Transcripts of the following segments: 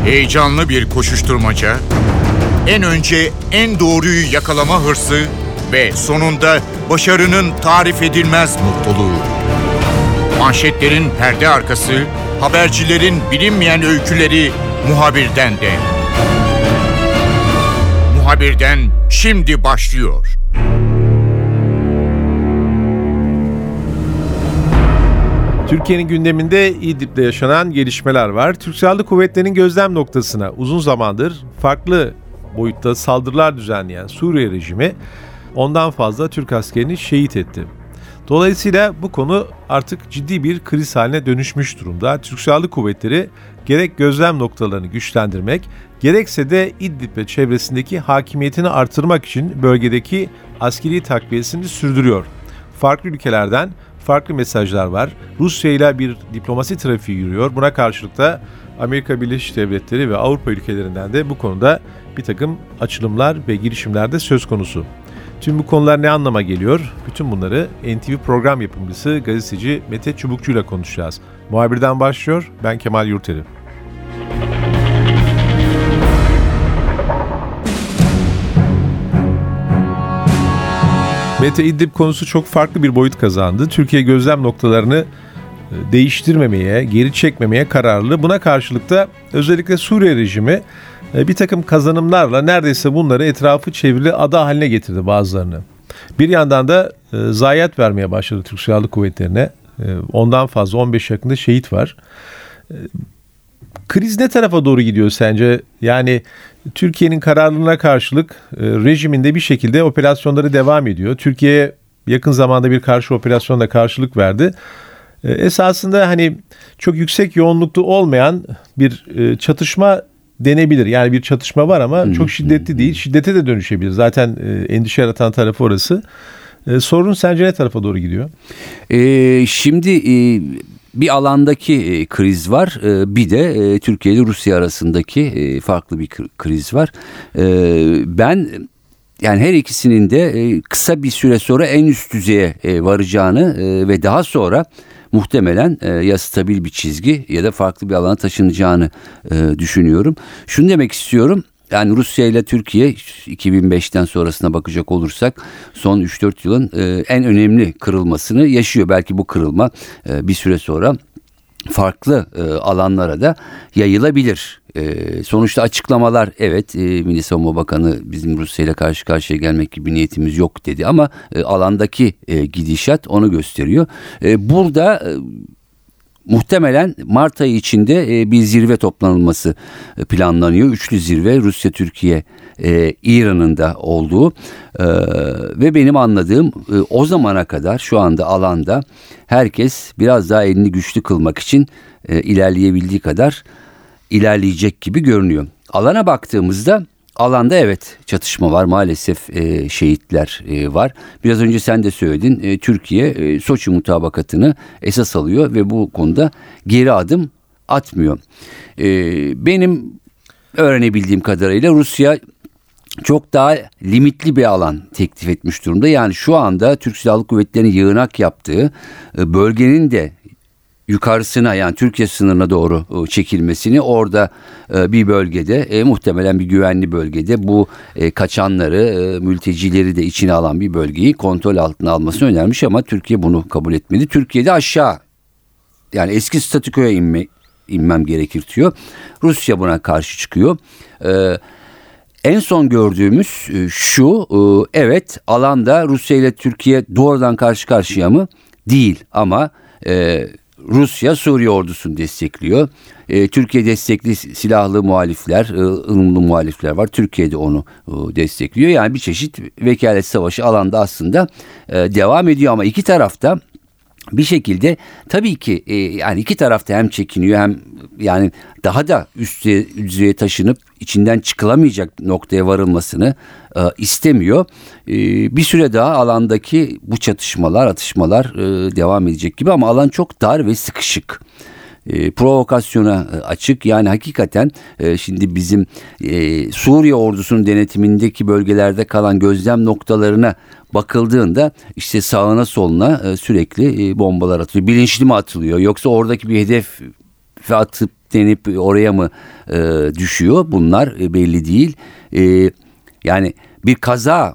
Heyecanlı bir koşuşturmaca, en önce en doğruyu yakalama hırsı ve sonunda başarının tarif edilmez mutluluğu. Manşetlerin perde arkası, habercilerin bilinmeyen öyküleri Muhabir'den de. Muhabir'den şimdi başlıyor. Türkiye'nin gündeminde İdlib'de yaşanan gelişmeler var. Türk Silahlı Kuvvetleri'nin gözlem noktasına uzun zamandır farklı boyutta saldırılar düzenleyen Suriye rejimi ondan fazla Türk askerini şehit etti. Dolayısıyla bu konu artık ciddi bir kriz haline dönüşmüş durumda. Türk Silahlı Kuvvetleri gerek gözlem noktalarını güçlendirmek, gerekse de İdlib ve çevresindeki hakimiyetini artırmak için bölgedeki askeri takviyesini sürdürüyor. Farklı ülkelerden farklı mesajlar var. Rusya ile bir diplomasi trafiği yürüyor. Buna karşılık da Amerika Birleşik Devletleri ve Avrupa ülkelerinden de bu konuda bir takım açılımlar ve girişimler de söz konusu. Tüm bu konular ne anlama geliyor? Bütün bunları NTV program yapımcısı gazeteci Mete Çubukçu ile konuşacağız. Muhabirden başlıyor. Ben Kemal Yurteri. Mete, İdlib konusu çok farklı bir boyut kazandı. Türkiye gözlem noktalarını değiştirmemeye, geri çekmemeye kararlı. Buna karşılık da özellikle Suriye rejimi bir takım kazanımlarla neredeyse bunları etrafı çevrili ada haline getirdi bazılarını. Bir yandan da zayiat vermeye başladı Türk Silahlı Kuvvetleri'ne. Ondan fazla 15 yakında şehit var. Kriz ne tarafa doğru gidiyor sence? Yani Türkiye'nin kararlılığına karşılık rejimin de bir şekilde operasyonları devam ediyor. Türkiye yakın zamanda bir karşı operasyonla karşılık verdi. Esasında hani çok yüksek yoğunlukta olmayan bir çatışma denebilir. Yani bir çatışma var ama çok şiddetli değil. Şiddete de dönüşebilir. Zaten endişe yaratan tarafı orası. Sorun sence ne tarafa doğru gidiyor? Şimdi bir alandaki kriz var. Bir de Türkiye ile Rusya arasındaki farklı bir kriz var. Ben yani her ikisinin de kısa bir süre sonra en üst düzeye varacağını ve daha sonra muhtemelen ya stabil bir çizgi ya da farklı bir alana taşınacağını düşünüyorum. Şunu demek istiyorum. Yani Rusya ile Türkiye 2005'ten sonrasına bakacak olursak son 3-4 yılın en önemli kırılmasını yaşıyor. Belki bu kırılma bir süre sonra farklı alanlara da yayılabilir. Sonuçta açıklamalar, evet, Milli Savunma Bakanı bizim Rusya ile karşı karşıya gelmek gibi niyetimiz yok dedi ama alandaki gidişat onu gösteriyor. Burada muhtemelen Mart ayı içinde bir zirve toplanılması planlanıyor. Üçlü zirve, Rusya, Türkiye, İran'ın da olduğu ve benim anladığım o zamana kadar şu anda alanda herkes biraz daha elini güçlü kılmak için ilerleyebildiği kadar ilerleyecek gibi görünüyor. Alana baktığımızda alanda evet çatışma var, maalesef şehitler var. Biraz önce sen de söyledin, Türkiye Soçi mutabakatını esas alıyor ve bu konuda geri adım atmıyor. Benim öğrenebildiğim kadarıyla Rusya çok daha limitli bir alan teklif etmiş durumda. Yani şu anda Türk Silahlı Kuvvetleri'nin yığınak yaptığı bölgenin de yukarısına, yani Türkiye sınırına doğru çekilmesini, orada bir bölgede muhtemelen bir güvenli bölgede bu kaçanları, mültecileri de içine alan bir bölgeyi kontrol altına almasını önermiş ama Türkiye bunu kabul etmedi. Türkiye'de aşağı, yani eski statükoya inmem gerekir diyor. Rusya buna karşı çıkıyor. En son gördüğümüz şu, evet alanda Rusya ile Türkiye doğrudan karşı karşıya mı? Değil ama Rusya Suriye ordusunu destekliyor. Türkiye destekli silahlı muhalifler, ılımlı muhalifler var. Türkiye de onu destekliyor. Yani bir çeşit vekalet savaşı alanda aslında devam ediyor ama iki tarafta bir şekilde tabii ki yani iki tarafta hem çekiniyor hem yani daha da üst düzeye taşınıp içinden çıkılamayacak noktaya varılmasını istemiyor. Bir süre daha alandaki bu çatışmalar, atışmalar devam edecek gibi ama alan çok dar ve sıkışık. Provokasyona açık, yani hakikaten şimdi bizim Suriye ordusunun denetimindeki bölgelerde kalan gözlem noktalarına bakıldığında işte sağına soluna sürekli bombalar atılıyor. Bilinçli mi atılıyor yoksa oradaki bir hedef atıp denip oraya mı düşüyor? Bunlar belli değil. Yani bir kaza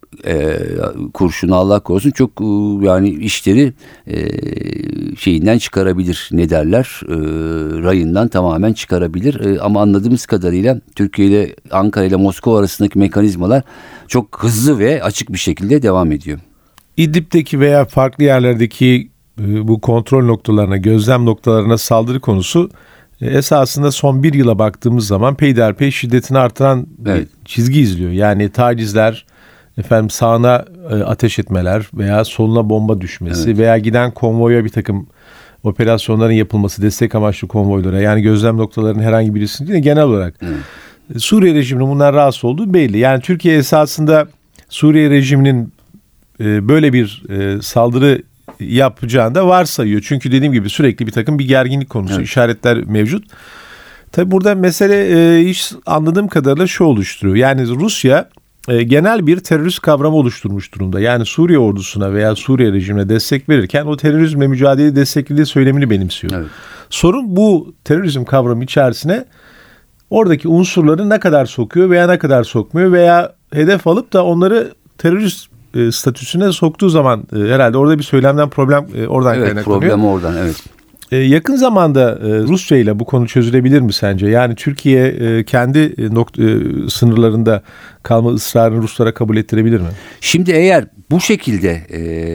kurşunu Allah korusun çok yani işleri şeyinden çıkarabilir, ne derler, rayından tamamen çıkarabilir. Ama anladığımız kadarıyla Türkiye ile Ankara ile Moskova arasındaki mekanizmalar çok hızlı ve açık bir şekilde devam ediyor. İdlib'deki veya farklı yerlerdeki bu kontrol noktalarına, gözlem noktalarına saldırı konusu esasında son bir yıla baktığımız zaman peyderpey şiddetini artıran bir çizgi izliyor. Yani tacizler, sağına ateş etmeler veya soluna bomba düşmesi veya giden konvoya bir takım operasyonların yapılması, destek amaçlı konvoylara, yani gözlem noktalarının herhangi birisinin değil, genel olarak Suriye rejiminin bundan rahatsız olduğu belli. Yani Türkiye esasında Suriye rejiminin böyle bir saldırı yapacağını da varsayıyor. Çünkü dediğim gibi sürekli bir takım bir gerginlik konusu, işaretler mevcut. Tabi burada mesele iş anladığım kadarıyla şu oluşturuyor. Yani Rusya genel bir terörist kavramı oluşturmuş durumda. Yani Suriye ordusuna veya Suriye rejimine destek verirken o terörizmle mücadele desteklediği söylemini benimsiyor. Evet. Sorun bu terörizm kavramı içerisine oradaki unsurları ne kadar sokuyor veya ne kadar sokmuyor veya hedef alıp da onları terörist statüsüne soktuğu zaman herhalde orada bir söylemden problem oradan kaynaklanıyor. Problem oradan, evet. Yakın zamanda Rusya ile bu konu çözülebilir mi sence? Yani Türkiye kendi sınırlarında kalma ısrarını Ruslara kabul ettirebilir mi? Şimdi eğer bu şekilde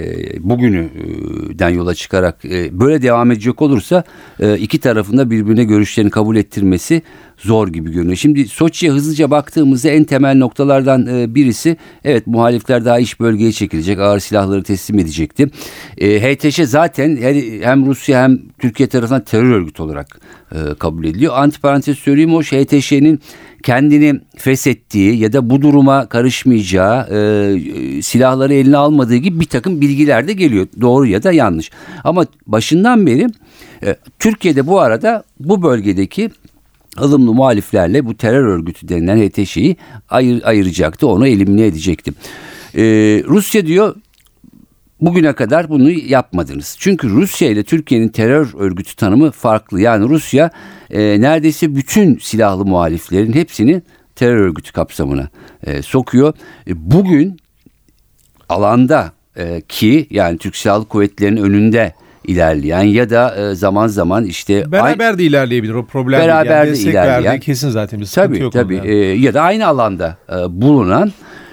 bugünüden yola çıkarak böyle devam edecek olursa iki tarafında birbirine görüşlerini kabul ettirmesi zor gibi görünüyor. Şimdi Soçi'ye hızlıca baktığımızda en temel noktalardan birisi, evet, muhalifler daha iç bölgeye çekilecek, ağır silahları teslim edecekti. HTŞ zaten hem Rusya hem Türkiye tarafından terör örgütü olarak kabul ediliyor. Antiparantez söyleyeyim, o HTŞ'nin kendini feshettiği ya da bu duruma karışmayacağı, silahları eline almadığı gibi bir takım bilgiler de geliyor. Doğru ya da yanlış. Ama başından beri Türkiye'de bu arada bu bölgedeki ılımlı muhaliflerle bu terör örgütü denilen HTŞ'yi ayıracaktı, onu elimine edecekti. Rusya diyor, bugüne kadar bunu yapmadınız. Çünkü Rusya ile Türkiye'nin terör örgütü tanımı farklı. Yani Rusya neredeyse bütün silahlı muhaliflerin hepsini terör örgütü kapsamına sokuyor. Bugün alanda ki yani Türk Silahlı Kuvvetleri'nin önünde ilerleyen ya da zaman zaman işte beraber de ilerleyebilir, o problem beraber yani de ilerleyen kesin zaten bir sıkıntı yok. Tabii ya da aynı alanda bulunan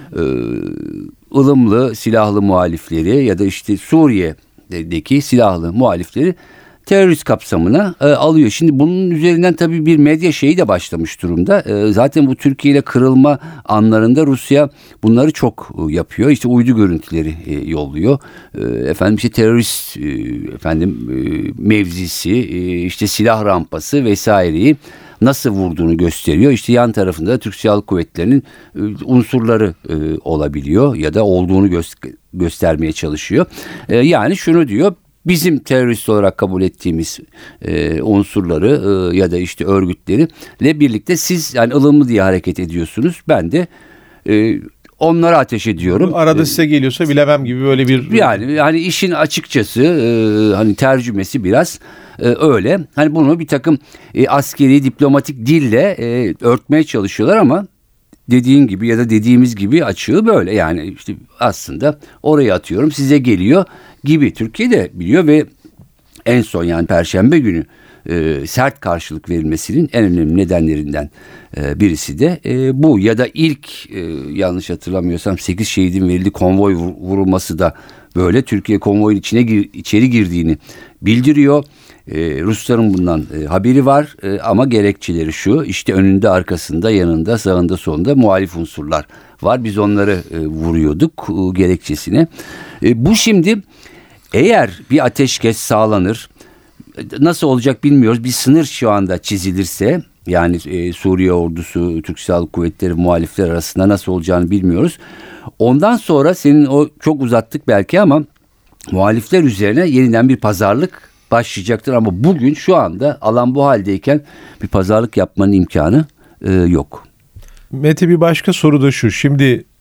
ılımlı silahlı muhalifleri ya da işte Suriye'deki silahlı muhalifleri terörist kapsamına alıyor. Şimdi bunun üzerinden tabii bir medya şeyi de başlamış durumda. Zaten bu Türkiye ile kırılma anlarında Rusya bunları çok yapıyor. İşte uydu görüntüleri yolluyor. İşte terörist mevzisi, işte silah rampası vesaireyi nasıl vurduğunu gösteriyor. İşte yan tarafında Türk Silahlı Kuvvetleri'nin unsurları olabiliyor ya da olduğunu göstermeye çalışıyor. Yani şunu diyor: bizim terörist olarak kabul ettiğimiz unsurları ya da işte örgütleriyle birlikte siz yani ılımlı diye hareket ediyorsunuz. Ben de onlara ateş ediyorum. Arada size geliyorsa bilemem gibi böyle bir... Yani hani işin açıkçası hani tercümesi biraz öyle. Hani bunu bir takım askeri diplomatik dille örtmeye çalışıyorlar ama dediğin gibi ya da dediğimiz gibi açığı böyle. Yani işte aslında oraya atıyorum, size geliyor gibi. Türkiye de biliyor ve en son yani Perşembe günü sert karşılık verilmesinin en önemli nedenlerinden birisi de bu. Ya da ilk yanlış hatırlamıyorsam 8 şehidin verildiği konvoy vurulması da böyle. Türkiye konvoyun içeri girdiğini bildiriyor. Rusların bundan haberi var ama gerekçeleri şu: işte önünde, arkasında, yanında, sağında, solunda muhalif unsurlar var. Biz onları vuruyorduk gerekçesine. Bu şimdi eğer bir ateşkes sağlanır, nasıl olacak bilmiyoruz. Bir sınır şu anda çizilirse, yani Suriye ordusu, Türk Silahlı Kuvvetleri, muhalifler arasında nasıl olacağını bilmiyoruz. Ondan sonra senin o çok uzattık belki ama muhalifler üzerine yeniden bir pazarlık başlayacaktır ama bugün şu anda alan bu haldeyken bir pazarlık yapmanın imkanı yok. Mete, bir başka soru da şu. Şimdi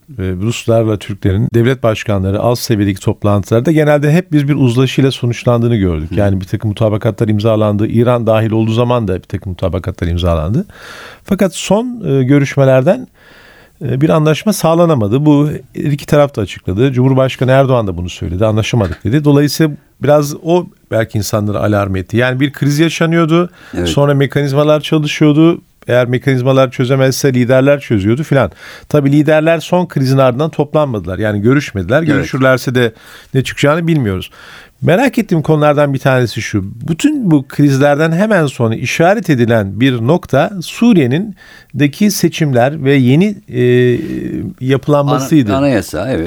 Ruslarla Türklerin devlet başkanları alt seviyedeki toplantılarda genelde hep biz bir uzlaşıyla sonuçlandığını gördük. Yani bir takım mutabakatlar imzalandı. İran dahil olduğu zaman da bir takım mutabakatlar imzalandı. Fakat son görüşmelerden bir anlaşma sağlanamadı. Bu iki taraf da açıkladı. Cumhurbaşkanı Erdoğan da bunu söyledi. Anlaşamadık dedi. Dolayısıyla biraz o belki insanları alarm etti. Yani bir kriz yaşanıyordu. Evet. Sonra mekanizmalar çalışıyordu. Eğer mekanizmalar çözemezse liderler çözüyordu filan. Tabii liderler son krizin ardından toplanmadılar. Yani görüşmediler. Evet. Görüşürlerse de ne çıkacağını bilmiyoruz. Merak ettiğim konulardan bir tanesi şu. Bütün bu krizlerden hemen sonra işaret edilen bir nokta Suriye'deki seçimler ve yeni yapılanmasıydı. Anayasa, evet.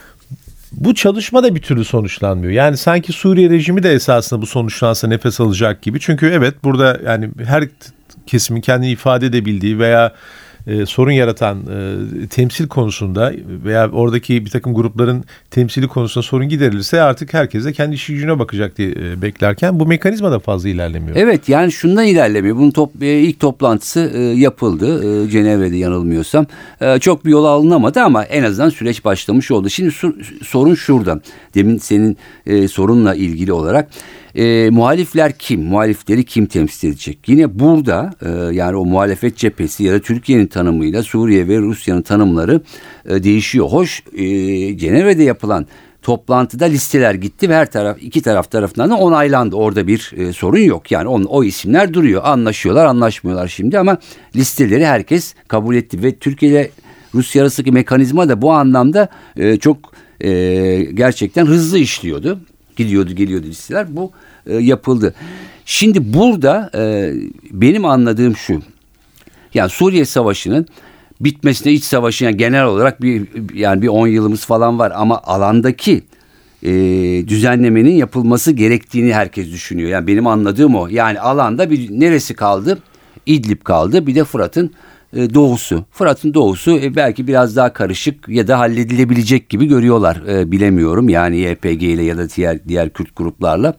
Bu çalışma da bir türlü sonuçlanmıyor. Yani sanki Suriye rejimi de esasında bu sonuçlansa nefes alacak gibi. Çünkü evet burada yani her kesimin kendini ifade edebildiği veya sorun yaratan temsil konusunda veya oradaki bir takım grupların temsili konusunda sorun giderilirse artık herkes de kendi işi gücüne bakacak diye beklerken bu mekanizma da fazla ilerlemiyor. Evet, yani şundan ilerlemiyor. Bunun ilk toplantısı yapıldı. Cenevre'de yanılmıyorsam. Çok bir yol alınamadı ama en azından süreç başlamış oldu. Şimdi sorun şurada. Demin senin sorunla ilgili olarak muhalifler kim? Muhalifleri kim temsil edecek? Yine burada yani o muhalefet cephesi ya da Türkiye'nin tanımıyla Suriye ve Rusya'nın tanımları değişiyor. Hoş Cenevre'de yapılan toplantıda listeler gitti ve iki taraf tarafından da onaylandı. Orada bir sorun yok. Yani o isimler duruyor. Anlaşıyorlar, anlaşmıyorlar şimdi ama listeleri herkes kabul etti ve Türkiye ile Rusya arasındaki mekanizma da bu anlamda çok gerçekten hızlı işliyordu. Gidiyordu geliyordu listeler. Bu yapıldı. Şimdi burada benim anladığım şu. Yani Suriye Savaşı'nın bitmesine, iç savaşına genel olarak bir 10 yılımız falan var ama alandaki düzenlemenin yapılması gerektiğini herkes düşünüyor. Yani benim anladığım o. Yani alanda neresi kaldı? İdlib kaldı. Bir de Fırat'ın doğusu. Fırat'ın doğusu belki biraz daha karışık ya da halledilebilecek gibi görüyorlar. Bilemiyorum. Yani YPG ile ya da diğer Kürt gruplarla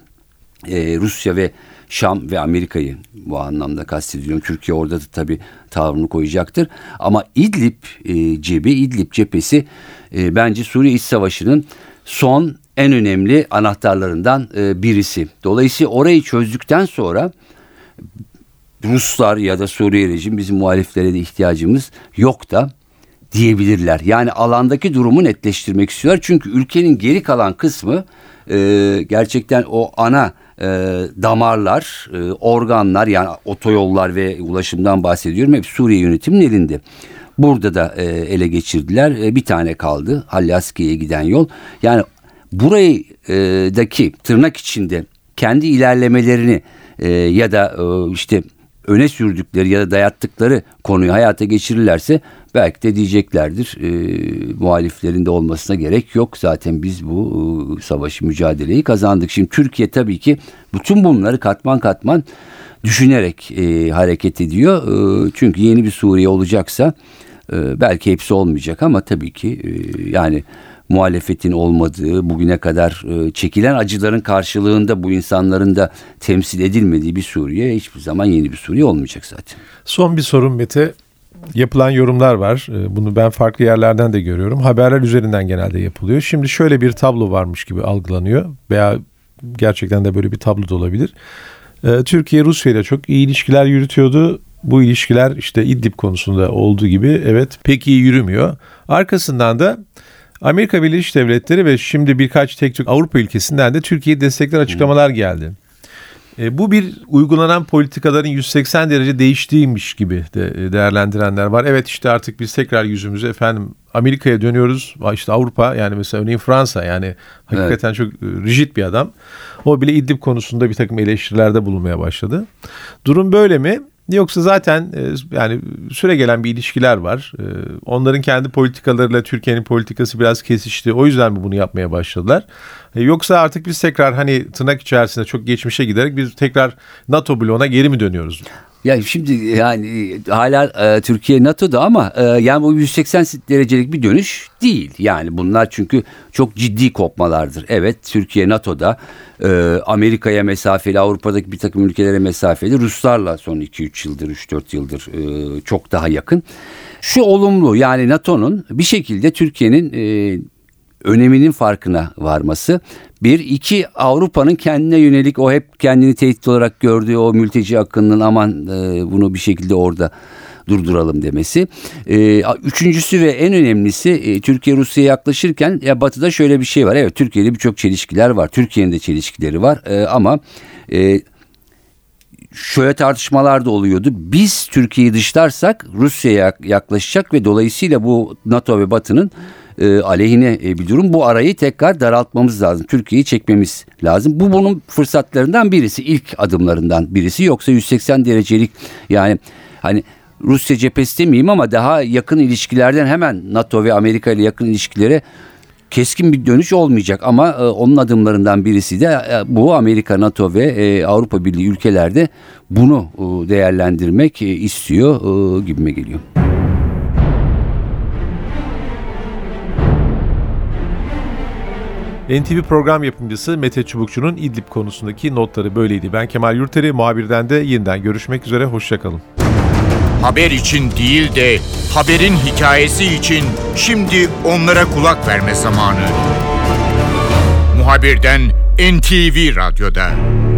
Rusya ve Şam ve Amerika'yı bu anlamda kastediyorum. Türkiye orada da tabii tavrını koyacaktır. Ama İdlib cephesi bence Suriye İç Savaşı'nın son en önemli anahtarlarından birisi. Dolayısıyla orayı çözdükten sonra Ruslar ya da Suriye rejimi bizim muhaliflere de ihtiyacımız yok da diyebilirler. Yani alandaki durumu netleştirmek istiyorlar. Çünkü ülkenin geri kalan kısmı gerçekten o ana damarlar, organlar yani otoyollar ve ulaşımdan bahsediyorum. Hep Suriye yönetiminin elinde. Burada da ele geçirdiler. Bir tane kaldı. Hallaski'ye giden yol. Yani buradaki tırnak içinde kendi ilerlemelerini ya da işte öne sürdükleri ya da dayattıkları konuyu hayata geçirirlerse belki de diyeceklerdir muhaliflerin de olmasına gerek yok. Zaten biz bu savaşı, mücadeleyi kazandık. Şimdi Türkiye tabii ki bütün bunları katman katman düşünerek hareket ediyor. Çünkü yeni bir Suriye olacaksa belki hepsi olmayacak ama tabii ki yani muhalefetin olmadığı, bugüne kadar çekilen acıların karşılığında bu insanların da temsil edilmediği bir Suriye hiçbir zaman yeni bir Suriye olmayacak zaten. Son bir sorun Mete. Yapılan yorumlar var. Bunu ben farklı yerlerden de görüyorum. Haberler üzerinden genelde yapılıyor. Şimdi şöyle bir tablo varmış gibi algılanıyor veya gerçekten de böyle bir tablo da olabilir. Türkiye Rusya ile çok iyi ilişkiler yürütüyordu. Bu ilişkiler işte İdlib konusunda olduğu gibi evet pek iyi yürümüyor. Arkasından da Amerika Birleşik Devletleri ve şimdi birkaç tek Türk Avrupa ülkesinden de Türkiye'yi destekleyen açıklamalar geldi. Bu bir uygulanan politikaların 180 derece değiştiğiymiş gibi de değerlendirenler var. Evet işte artık biz tekrar yüzümüzü Amerika'ya dönüyoruz. İşte Avrupa yani mesela örneğin Fransa yani hakikaten çok rigid bir adam. O bile İdlib konusunda bir takım eleştirilerde bulunmaya başladı. Durum böyle mi? Yoksa zaten yani süregelen bir ilişkiler var. Onların kendi politikalarıyla Türkiye'nin politikası biraz kesişti. O yüzden mi bunu yapmaya başladılar? Yoksa artık biz tekrar tırnak içerisinde çok geçmişe giderek biz tekrar NATO bloğuna geri mi dönüyoruz? Ya şimdi yani hala Türkiye NATO'da ama yani bu 180 derecelik bir dönüş değil. Yani bunlar çünkü çok ciddi kopmalardır. Evet, Türkiye NATO'da, Amerika'ya mesafeli, Avrupa'daki bir takım ülkelere mesafeli, Ruslarla son 2-3 yıldır, 3-4 yıldır çok daha yakın. Şu olumlu, yani NATO'nun bir şekilde Türkiye'nin öneminin farkına varması. Bir, iki, Avrupa'nın kendine yönelik o hep kendini tehdit olarak gördüğü o mülteci akınının aman bunu bir şekilde orada durduralım demesi. Üçüncüsü ve en önemlisi Türkiye Rusya'ya yaklaşırken Batı'da şöyle bir şey var. Evet, Türkiye'de birçok çelişkiler var. Türkiye'nin de çelişkileri var ama şöyle tartışmalar da oluyordu. Biz Türkiye'yi dışlarsak Rusya'ya yaklaşacak ve dolayısıyla bu NATO ve Batı'nın aleyhine bir durum. Bu arayı tekrar daraltmamız lazım. Türkiye'yi çekmemiz lazım. Bu bunun fırsatlarından birisi. İlk adımlarından birisi. Yoksa 180 derecelik, yani hani Rusya cephesi demeyeyim ama daha yakın ilişkilerden hemen NATO ve Amerika ile yakın ilişkilere keskin bir dönüş olmayacak. Ama onun adımlarından birisi de bu. Amerika, NATO ve Avrupa Birliği ülkelerde bunu değerlendirmek istiyor gibime geliyor. NTV program yapımcısı Mete Çubukçu'nun İdlib konusundaki notları böyleydi. Ben Kemal Yurteri, muhabirden de yeniden görüşmek üzere, hoşçakalın. Haber için değil de haberin hikayesi için şimdi onlara kulak verme zamanı. Muhabirden NTV Radyo'da.